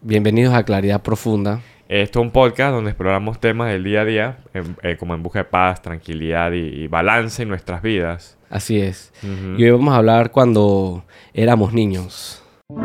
Bienvenidos a Claridad Profunda. Esto es un podcast donde exploramos temas del día a día, como en busca de paz, tranquilidad y balance en nuestras vidas. Así es. Y hoy vamos a hablar cuando éramos niños.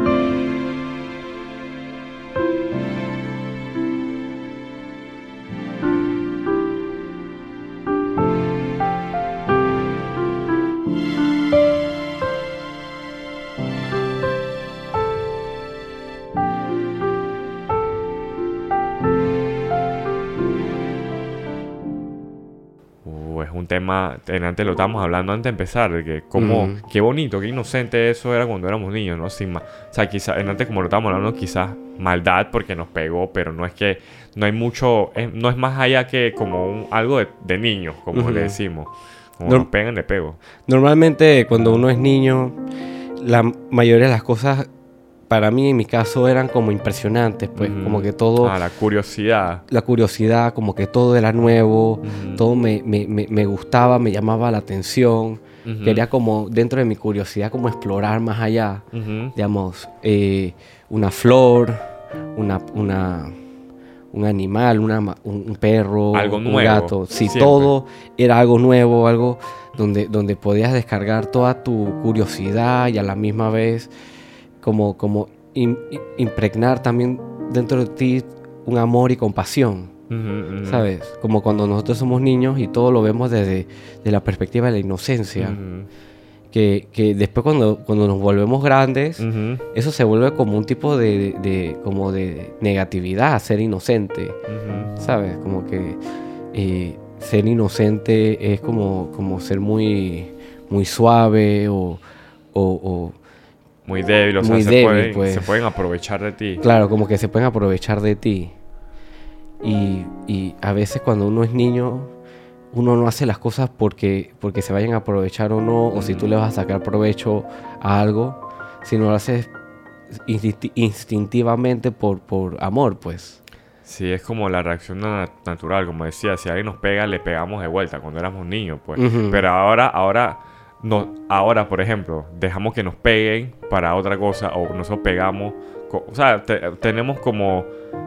Es un tema, antes lo estábamos hablando antes de empezar, de que cómo, qué bonito, qué inocente eso era cuando éramos niños, ¿no? Sin o sea, quizás, antes como lo estábamos hablando, quizás maldad porque nos pegó, pero no es que, no hay mucho, no es más allá que como algo de niños, como le decimos. Como nos pegan, le pego. Normalmente cuando uno es niño, la mayoría de las cosas, para mí en mi caso, eran como impresionantes, pues, como que todo... la curiosidad. La curiosidad, como que todo era nuevo, todo me gustaba, me llamaba la atención. Quería como, dentro de mi curiosidad, como explorar más allá. Digamos, una flor, un animal, un perro, algo nuevo, un gato. Sí, siempre. todo era algo nuevo, algo donde podías descargar toda tu curiosidad y a la misma vez... como impregnar también dentro de ti un amor y compasión, ¿sabes? Como cuando nosotros somos niños y todo lo vemos desde la perspectiva de la inocencia, que después cuando nos volvemos grandes, eso se vuelve como un tipo de negatividad, ser inocente, ¿sabes? Como que ser inocente es como ser muy, muy suave o muy débil, o sea, muy débil, pues. Se pueden aprovechar de ti. Claro, como que se pueden aprovechar de ti. Y a veces cuando uno es niño, uno no hace las cosas porque se vayan a aprovechar o no, o si tú le vas a sacar provecho a algo, sino lo haces instintivamente por amor, pues. Sí, es como la reacción natural, como decía, si alguien nos pega, le pegamos de vuelta cuando éramos niños, pues. Pero ahora, por ejemplo, dejamos que nos peguen para otra cosa o nosotros pegamos. O sea, tenemos como...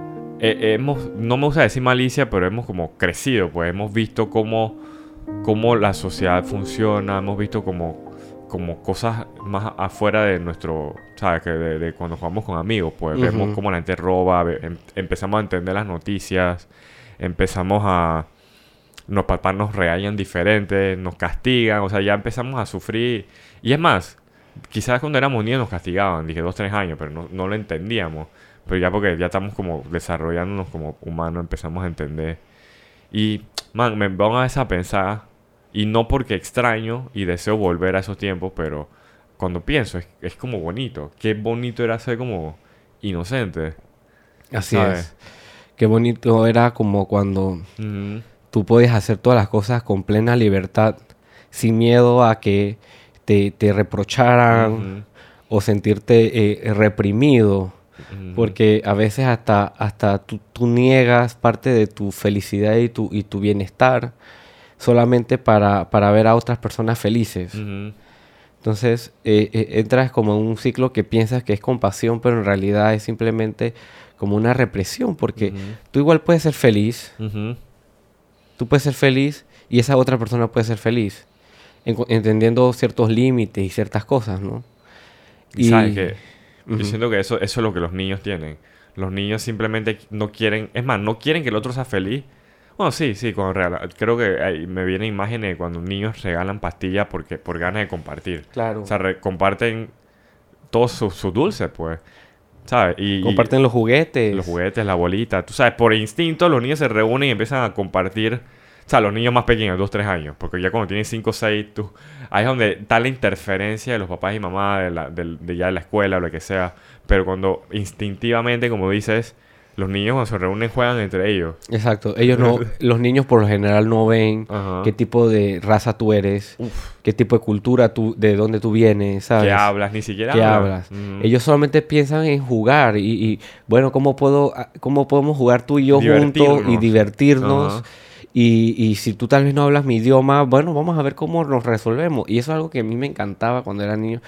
no me gusta decir malicia, pero hemos como crecido, pues. Hemos visto cómo la sociedad funciona, hemos visto como cosas más afuera de nuestro... ¿Sabes? Que de cuando jugamos con amigos, pues. Vemos cómo la gente roba, empezamos a entender las noticias, empezamos a... Los papás nos regañan diferente, nos castigan, o sea, ya empezamos a sufrir. Y es más, quizás cuando éramos niños nos castigaban, dije 2, 3 años, pero no lo entendíamos. Pero ya porque ya estamos como desarrollándonos como humanos, empezamos a entender. Y, man, me van a veces a pensar, y no porque extraño y deseo volver a esos tiempos, pero cuando pienso, es como bonito. Qué bonito era ser como inocente. Así es. Qué bonito era como cuando... Tú puedes hacer todas las cosas con plena libertad, sin miedo a que te reprocharan o sentirte reprimido. Porque a veces hasta tú niegas parte de tu felicidad y tu bienestar solamente para ver a otras personas felices. Entonces entras como en un ciclo que piensas que es compasión, pero en realidad es simplemente como una represión. Porque tú igual puedes ser feliz. Tú puedes ser feliz y esa otra persona puede ser feliz, entendiendo ciertos límites y ciertas cosas, ¿no? Y sabes que yo siento que eso es lo que los niños tienen. Los niños simplemente no quieren, es más, no quieren que el otro sea feliz. Bueno, sí, creo que me vienen imágenes de cuando niños regalan pastillas por ganas de compartir. Claro. O sea, comparten todos sus dulces, pues. ¿Sabes? Comparten los juguetes. Los juguetes, la bolita. Tú sabes, por instinto los niños se reúnen y empiezan a compartir. O sea, los niños más pequeños, 2, 3 años. Porque ya cuando tienen 5, 6, ahí es donde está la interferencia de los papás y mamás, de ya de la escuela o lo que sea. Pero cuando instintivamente, como dices, los niños cuando se reúnen juegan entre ellos. Exacto. Los niños por lo general no ven qué tipo de raza tú eres, qué tipo de cultura de dónde tú vienes, ¿sabes? ¿Qué hablas? Ni siquiera hablas. Ellos solamente piensan en jugar y bueno, ¿cómo podemos jugar tú y yo juntos y divertirnos? Y si tú tal vez no hablas mi idioma, bueno, vamos a ver cómo nos resolvemos. Y eso es algo que a mí me encantaba cuando era niño,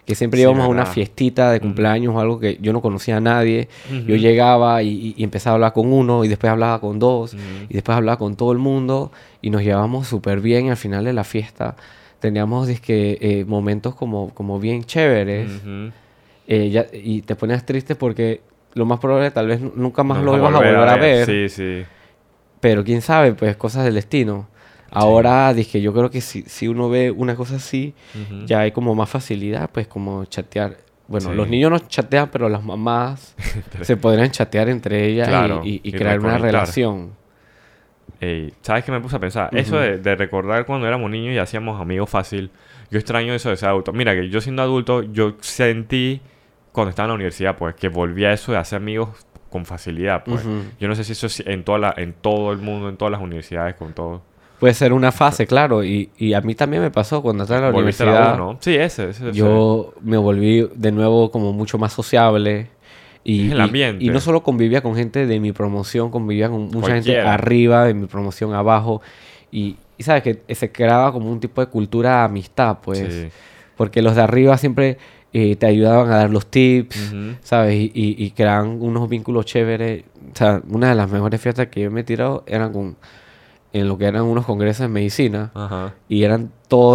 que siempre Sí, íbamos a una verdad. fiestita de cumpleaños o algo que yo no conocía a nadie. Ujú. Yo llegaba y empezaba a hablar con uno y después hablaba con dos Ujú. y después hablaba con todo el mundo y nos llevábamos súper bien. Y al final de la fiesta teníamos dizque, momentos como bien chéveres. Ujú. Y te ponías triste porque lo más probable tal vez nunca más No lo vas ibas a volver a ver. Sí, sí. Pero quién sabe, pues cosas del destino. Ahora dije, yo creo que si uno ve una cosa así, Ujú. ya hay como más facilidad, pues como chatear. Bueno, Sí. los niños no chatean, pero las mamás se podrían chatear entre ellas Claro, y y crear una reconectar. relación. Ey, ¿sabes qué me puse a pensar? Ujú. Eso de recordar cuando éramos niños y hacíamos amigos fácil. Yo extraño eso de ser adulto. Mira, que yo siendo adulto, yo sentí cuando estaba en la universidad, pues, que volví a eso de hacer amigos con facilidad, pues. Ujú. Yo no sé si eso es en todo el mundo, en todas las universidades, con todo. Puede ser una fase, claro. Y a mí también me pasó cuando estaba en la ¿Volviste a la universidad. U, no? Sí, ese. Yo me volví de nuevo como mucho más sociable. Es el ambiente. Y no solo convivía con gente de mi promoción, convivía con mucha gente Cualquiera. arriba de mi promoción, abajo. Y sabes que se creaba como un tipo de cultura de amistad, pues. Sí. Porque los de arriba siempre te ayudaban a dar los tips, Ujú. ¿sabes? Y creaban unos vínculos chéveres. O sea, una de las mejores fiestas que yo me he tirado eran en lo que eran unos congresos de medicina. Ajá. Y eran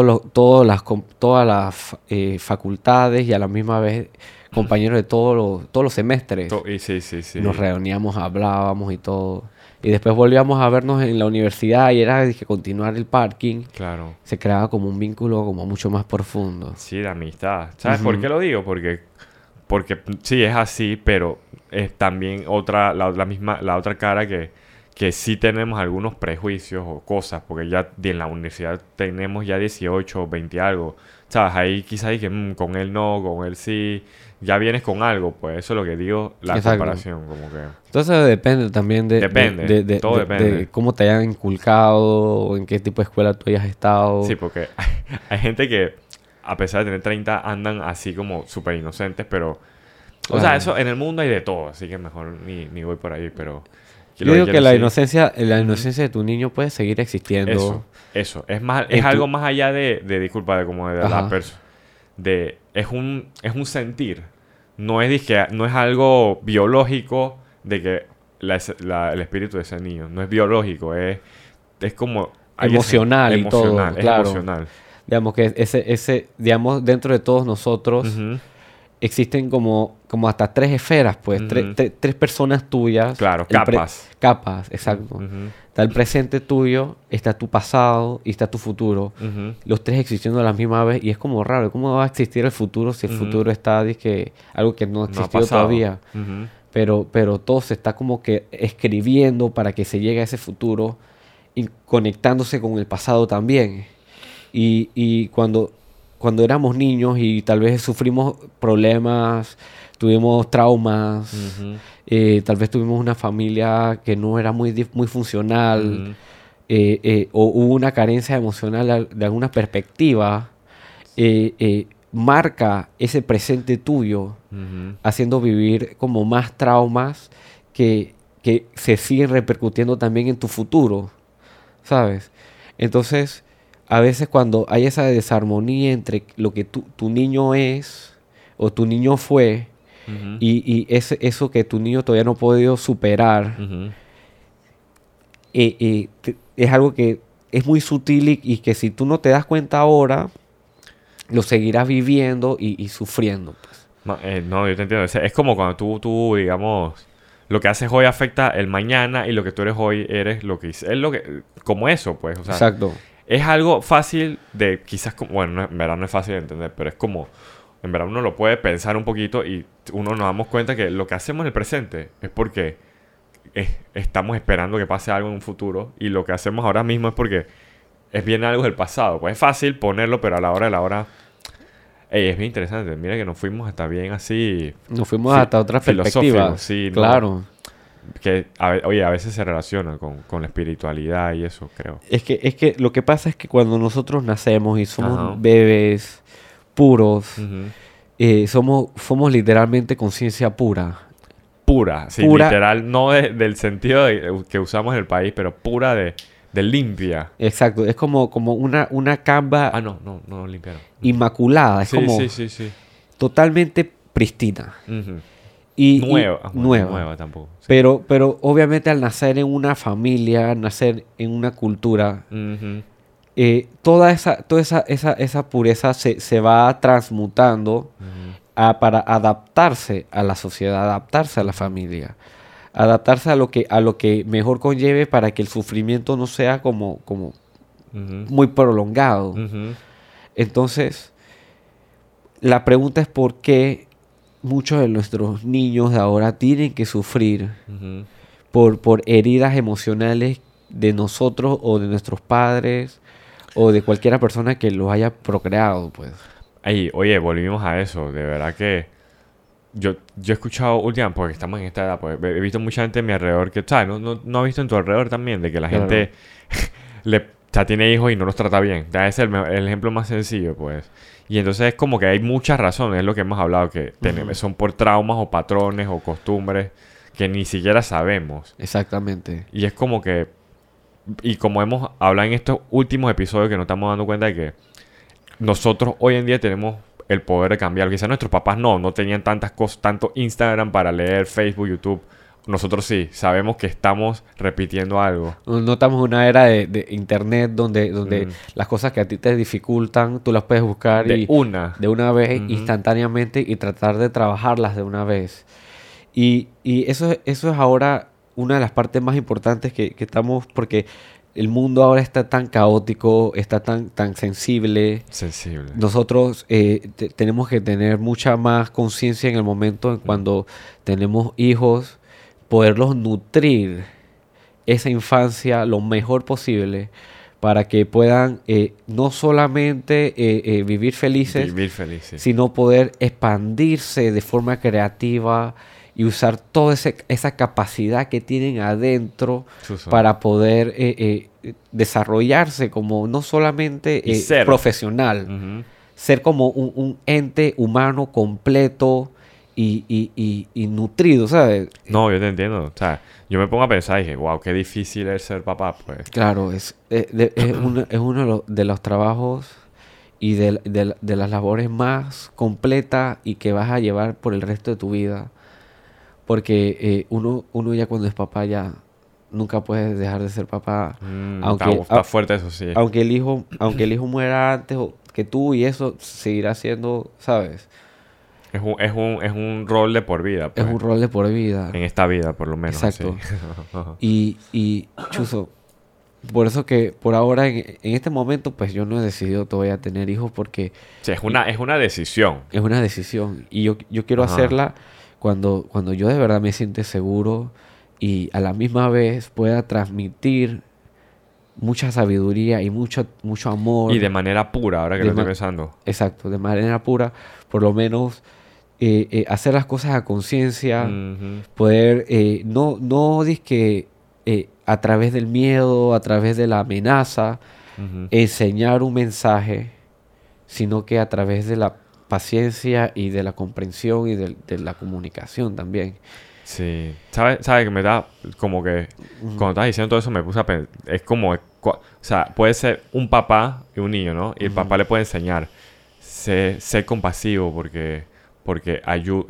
todas las facultades y a la misma vez compañeros de todos los semestres. Y sí. Nos reuníamos, hablábamos y todo. Y después volvíamos a vernos en la universidad y era dije, continuar el parking. Claro. Se creaba como un vínculo como mucho más profundo. Sí, de amistad. ¿Sabes Ujú. por qué lo digo? Porque sí es así, pero es también la otra cara que sí tenemos algunos prejuicios o cosas, porque ya en la universidad tenemos ya 18 o 20 algo. ¿Sabes? Ahí quizás dije, con él no, con él sí. Ya vienes con algo, pues eso es lo que digo, la Exacto. comparación, como que... Entonces depende también Depende, todo depende. de cómo te hayan inculcado, o en qué tipo de escuela tú hayas estado. Sí, porque hay gente que, a pesar de tener 30, andan así como súper inocentes, pero... O sea, Claro. eso en el mundo hay de todo, así que mejor ni voy por ahí, pero... Yo digo que la sí. inocencia de tu niño puede seguir existiendo. Eso. Es más, En es tu- algo más allá disculpa, de como de la Ajá. persona. Es un sentir. No es algo biológico de que el espíritu de ese niño. No es biológico, es como... Emocional y todo, emocional, es claro. emocional. Digamos que digamos, dentro de todos nosotros Ujú. existen como hasta tres esferas, pues, Ujú. tres personas tuyas. Claro, El capas. capas, exacto. Ujú. Está el presente tuyo, está tu pasado y está tu futuro. Ujú. Los tres existiendo a la misma vez y es como raro. ¿Cómo va a existir el futuro si el Ujú. futuro está, dizque, algo que no ha No ha existido pasado. todavía? Ujú. Pero todo se está como que escribiendo para que se llegue a ese futuro y conectándose con el pasado también. Y cuando éramos niños y tal vez sufrimos problemas, tuvimos traumas, Ujú. tal vez tuvimos una familia que no era muy funcional, Ujú. o hubo una carencia emocional de alguna perspectiva, marca ese presente tuyo, Ujú. haciendo vivir como más traumas que se siguen repercutiendo también en tu futuro, ¿sabes? Entonces, a veces cuando hay esa desarmonía entre lo que tu niño es o tu niño fue Ujú. y eso que tu niño todavía no ha podido superar, Ujú. es algo que es muy sutil y que si tú no te das cuenta ahora, lo seguirás viviendo y sufriendo, pues. No, yo te entiendo. Es como cuando tú, digamos, lo que haces hoy afecta el mañana y lo que tú eres hoy eres lo que es lo que, como eso, pues. O sea, Exacto. es algo fácil de quizás, bueno, en verdad no es fácil de entender, pero es como, en verdad uno lo puede pensar un poquito y uno nos damos cuenta que lo que hacemos en el presente es porque estamos esperando que pase algo en un futuro y lo que hacemos ahora mismo es porque viene algo del pasado. Pues es fácil ponerlo, pero a la hora de la hora... es bien interesante. Mira que nos fuimos hasta bien así... Nos fuimos hasta otras filosóficos, perspectivas. sí, ¿no? Claro. Que, oye, a veces se relaciona con la espiritualidad y eso, creo. Es que lo que pasa es que cuando nosotros nacemos y somos Ajá. bebés puros, Ujú. somos literalmente conciencia pura. Pura, sí, Pura. literal, no del sentido que usamos en el país, pero pura de limpia. Exacto. Es como una camba No limpia no. inmaculada. Es Sí, como sí. totalmente pristina. Ujú. Nueva. Nueva tampoco. Sí. Pero obviamente al nacer en una familia, nacer en una cultura, Ujú. toda esa pureza se va transmutando Ujú. para adaptarse a la sociedad, adaptarse a la familia, adaptarse a lo que mejor conlleve para que el sufrimiento no sea como Ujú. muy prolongado. Ujú. Entonces, la pregunta es por qué muchos de nuestros niños de ahora tienen que sufrir Ujú. por heridas emocionales de nosotros o de nuestros padres o de cualquiera persona que los haya procreado, pues. Ay, oye, volvimos a eso. De verdad que yo he escuchado últimamente, porque estamos en esta edad, pues he visto mucha gente a mi alrededor que, ¿sabes? No has visto en tu alrededor también de que la Claro. gente ya tiene hijos y no los trata bien. Ya es el ejemplo más sencillo, pues. Y entonces es como que hay muchas razones, es lo que hemos hablado, que son por traumas o patrones o costumbres que ni siquiera sabemos. Exactamente. Y es como que, y como hemos hablado en estos últimos episodios, que nos estamos dando cuenta de que nosotros hoy en día tenemos el poder de cambiar. Quizás nuestros papás no tenían tantas cosas, tanto Instagram para leer, Facebook, YouTube. Nosotros sí, sabemos que estamos repitiendo algo. No estamos en una era de internet donde Mm. las cosas que a ti te dificultan, tú las puedes buscar De una. vez, Ujú. instantáneamente, y tratar de trabajarlas de una vez. Y eso es ahora una de las partes más importantes que estamos, porque el mundo ahora está tan caótico, está tan sensible. Sensible. Nosotros tenemos que tener mucha más conciencia en el momento en cuando tenemos hijos, poderlos nutrir esa infancia lo mejor posible para que puedan no solamente vivir felices, Vivir feliz, sí. sino poder expandirse de forma creativa y usar toda esa capacidad que tienen adentro Suso. para poder desarrollarse como no solamente Y ser. profesional, Ujú. ser como un ente humano completo y nutrido, ¿sabes? No, yo te entiendo. O sea, yo me pongo a pensar y dije, wow, qué difícil es ser papá, pues. Claro, es uno de los trabajos y de las labores más completas y que vas a llevar por el resto de tu vida. Porque uno ya cuando es papá ya nunca puedes dejar de ser papá. Está fuerte eso, sí. Aunque el hijo muera antes que tú, y eso seguirá siendo, ¿sabes? Es un rol de por vida, Es pues. un rol de por vida. En esta vida, por lo menos. Exacto. Así. Y Chuzo, por eso que por ahora, en este momento, pues yo no he decidido todavía tener hijos porque Sí, es una decisión. es una decisión. Y yo quiero Ajá. hacerla cuando yo de verdad me siente seguro y a la misma vez pueda transmitir mucha sabiduría y mucho amor. Y de manera pura, ahora que De lo estoy ma- pensando. Exacto, de manera pura, por lo menos hacer las cosas a conciencia, Ujú. poder no dizque a través del miedo, a través de la amenaza, Ujú. enseñar un mensaje, sino que a través de la paciencia y de la comprensión y de la comunicación también. Sí. ¿Sabe que me da como que cuando estás diciendo todo eso me puse a pensar, es como, o sea, puede ser un papá y un niño, ¿no? Y el papá le puede enseñar, ser compasivo porque ayuda,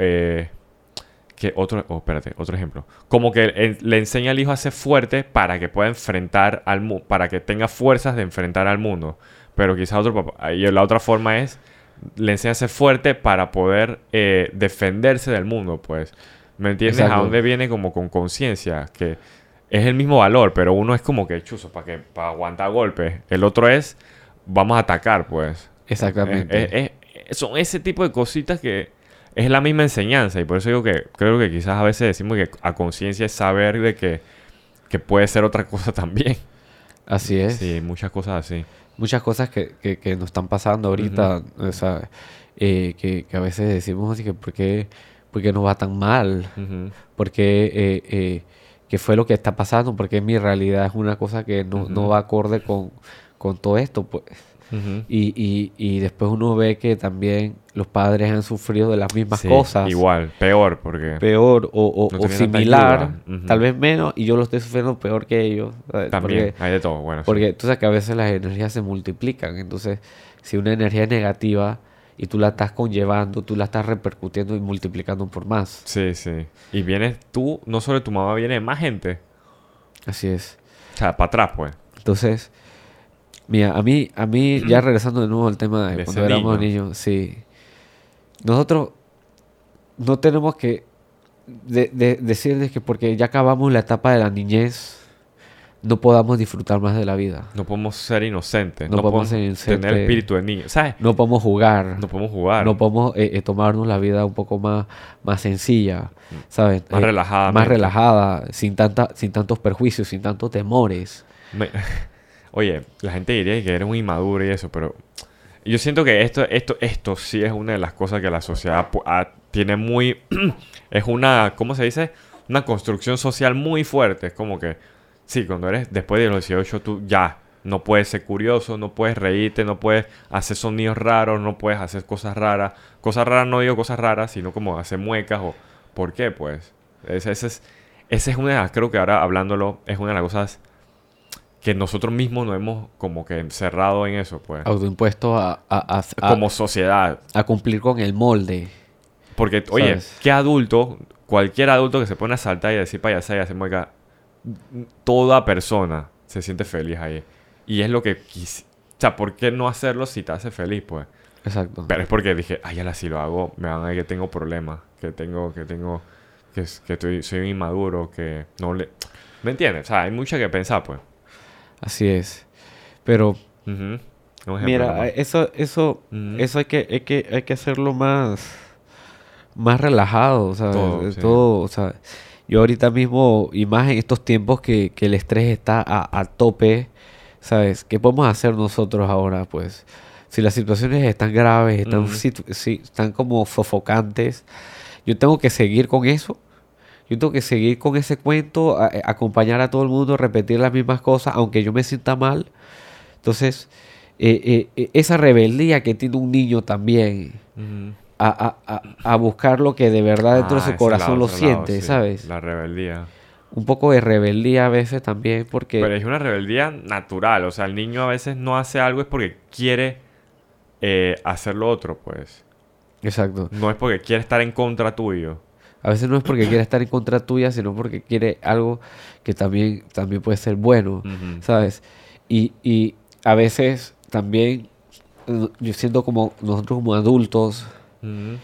otro ejemplo. Como que le enseña al hijo a ser fuerte para que pueda enfrentar al mundo, para que tenga fuerzas de enfrentar al mundo. Pero quizás otro papá, y la otra forma es, le enseña a ser fuerte para poder defenderse del mundo, pues. ¿Me entiendes? Exacto. A dónde viene como con conciencia, que es el mismo valor, pero uno es como que chuzo para aguantar golpes. El otro es, vamos a atacar, pues. Exactamente. Son ese tipo de cositas que es la misma enseñanza. Y por eso digo que creo que quizás a veces decimos que a conciencia es saber de que puede ser otra cosa también. Así es. Sí, muchas cosas así. Muchas cosas que nos están pasando ahorita, o sea, que a veces decimos así que ¿por qué nos va tan mal? Ujú. ¿Por qué fue lo que está pasando? Porque mi realidad es una cosa que no va acorde con todo esto, pues. Ujú. Y después uno ve que también los padres han sufrido de las mismas Sí, cosas. igual, peor, porque Peor o no tenían tanta similar, ayuda. Ujú. tal vez menos, y yo lo estoy sufriendo peor que ellos. ¿Sabes? también hay de todo. Bueno, sí. Porque tú sabes que a veces las energías se multiplican. Entonces, si una energía es negativa y tú la estás conllevando, tú la estás repercutiendo y multiplicando por más. Sí, sí. Y vienes tú, no solo tu mamá, viene más gente. Así es. O sea, para atrás, pues. Entonces, mira, a mí ya regresando de nuevo al tema de De cuando ese éramos niño. niños, sí. Nosotros no tenemos que decirles que porque ya acabamos la etapa de la niñez, no podamos disfrutar más de la vida. No podemos ser inocentes. No No podemos podemos ser tener espíritu de niño. ¿Sabes? No podemos jugar. No podemos jugar. No podemos tomarnos la vida un poco más sencilla, ¿sabes? Más relajadamente. Más relajada, sin tantos perjuicios, sin tantos temores. Oye, la gente diría que eres un inmaduro y eso, pero yo siento que esto sí es una de las cosas que la sociedad tiene muy... es una, ¿cómo se dice? Una construcción social muy fuerte. Es como que, sí, cuando eres después de los 18, tú ya no puedes ser curioso, no puedes reírte, no puedes hacer sonidos raros, no puedes hacer cosas raras. Cosas raras no digo cosas raras, sino como hacer muecas o... ¿Por qué? Pues esa es una de las... Creo que ahora hablándolo, es una de las cosas que nosotros mismos nos hemos como que encerrado en eso, pues. Autoimpuesto Como sociedad. a cumplir con el molde. Porque, oye, ¿Sabes? ¿qué adulto, cualquier adulto que se pone a saltar y decir payasada y hacer mueca, toda persona se siente feliz ahí? Y es lo que o sea, ¿por qué no hacerlo si te hace feliz, pues? Exacto. Pero es porque dije, ay, ya si lo hago, me van a ver que tengo problemas, soy un inmaduro, que no le... ¿Me entiendes? O sea, hay mucho que pensar, pues. Así es. Pero, Ujú. Un ejemplo mira, nomás. eso Ujú. hay que hacerlo más relajado, ¿sabes? Todo, sí. Todo, o sea, yo ahorita mismo, y más en estos tiempos que el estrés está a tope, ¿sabes? ¿Qué podemos hacer nosotros ahora, pues? Si las situaciones están graves, Ujú. están como sofocantes, yo tengo que seguir con eso. Yo tengo que seguir con ese cuento, acompañar a todo el mundo, repetir las mismas cosas, aunque yo me sienta mal. Entonces, esa rebeldía que tiene un niño también, Ujú. a buscar lo que de verdad dentro de su Ese es el corazón lo otro lado, siente, sí. ¿sabes? La rebeldía. Un poco de rebeldía a veces también, Pero porque, es una rebeldía natural. O sea, el niño a veces no hace algo es porque quiere hacer lo otro, pues. exacto, No es porque quiere estar en contra tuyo. a veces no es porque quiere estar en contra tuya, sino porque quiere algo que también puede ser bueno, Ujú. ¿sabes? Y a veces también, yo siento como nosotros como adultos, Ujú.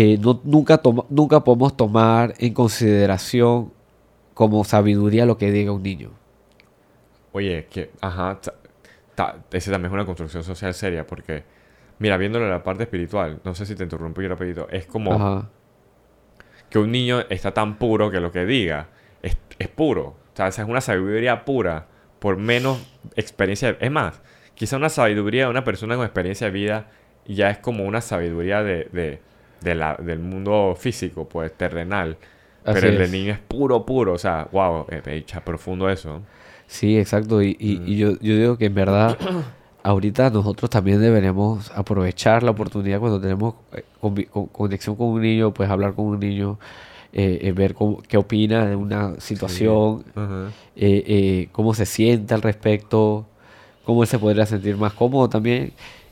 nunca podemos tomar en consideración como sabiduría lo que diga un niño. Oye, que... Ajá. Ese también es una construcción social seria porque... Mira, viéndolo la parte espiritual, no sé si te interrumpí rapidito, es como Ajá, que un niño está tan puro que lo que diga es puro. O sea, esa es una sabiduría pura por menos experiencia. Es más, quizá una sabiduría de una persona con experiencia de vida ya es como una sabiduría del mundo físico, pues terrenal. así Pero el de es. niño es puro, puro. O sea, wow, echa profundo eso. Sí, exacto. Mm. Y yo digo que en verdad ahorita nosotros también deberíamos aprovechar la oportunidad cuando tenemos conexión con un niño, pues hablar con un niño, ver qué opina de una Sí. situación, Ajá. cómo se siente al respecto, cómo él se podría sentir más cómodo también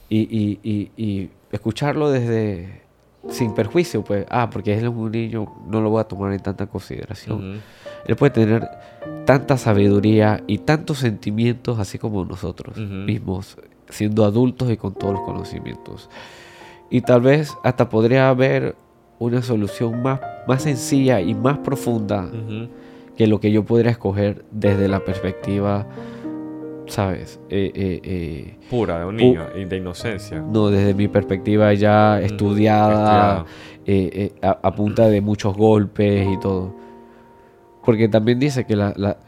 y escucharlo desde sin perjuicio, pues, porque él es un niño, no lo voy a tomar en tanta consideración. Ujú. Él puede tener tanta sabiduría y tantos sentimientos así como nosotros Ujú. mismos, siendo adultos y con todos los conocimientos. Y tal vez hasta podría haber una solución más sencilla y más profunda Ujú. que lo que yo podría escoger desde la perspectiva, ¿sabes? Pura de un pu- niño y de inocencia. no, desde mi perspectiva ya Ujú. estudiada, Estudiado. a punta de muchos golpes y todo. Porque también dice que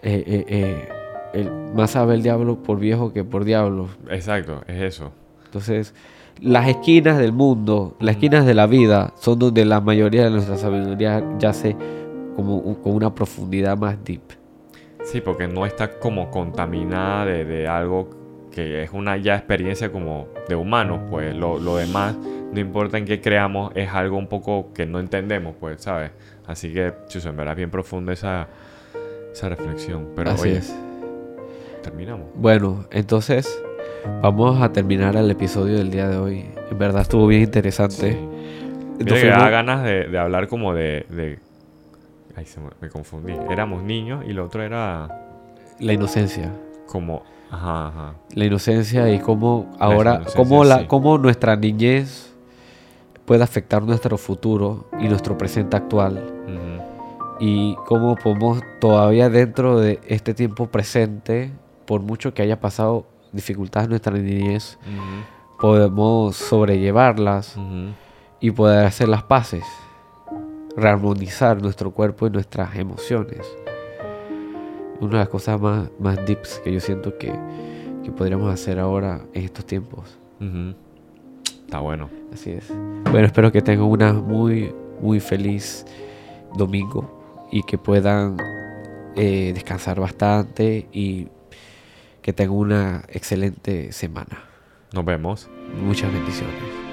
más sabe el diablo por viejo que por diablo. Exacto, es eso. Entonces, las esquinas del mundo, las Ujú. esquinas de la vida, son donde la mayoría de nuestra sabiduría yace como con una profundidad más deep. Sí, porque no está como contaminada de algo que es una ya experiencia como de humanos, pues lo demás, no importa en qué creamos, es algo un poco que no entendemos, pues, ¿sabes? Así que, chuso, en verdad es bien profunda esa reflexión. Pero Así oye, es. terminamos. Bueno, entonces, vamos a terminar el episodio del día de hoy. En verdad estuvo bien interesante. Sí. Mira que da ganas de hablar como de... Ay, me confundí. Éramos niños y lo otro era... La inocencia. Como... Ajá. La inocencia y cómo ahora... Sí. Cómo nuestra niñez puede afectar nuestro futuro y nuestro presente actual. Uh-huh. Y cómo podemos todavía dentro de este tiempo presente, por mucho que haya pasado dificultades en nuestra niñez, Uh-huh. podemos sobrellevarlas Uh-huh. y poder hacer las paces, rearmonizar nuestro cuerpo y nuestras emociones. Una de las cosas más deeps que yo siento que podríamos hacer ahora en estos tiempos. Uh-huh. Está bueno. Así es. Bueno, espero que tengan una muy, muy feliz domingo y que puedan descansar bastante y que tengan una excelente semana. Nos vemos. Muchas bendiciones.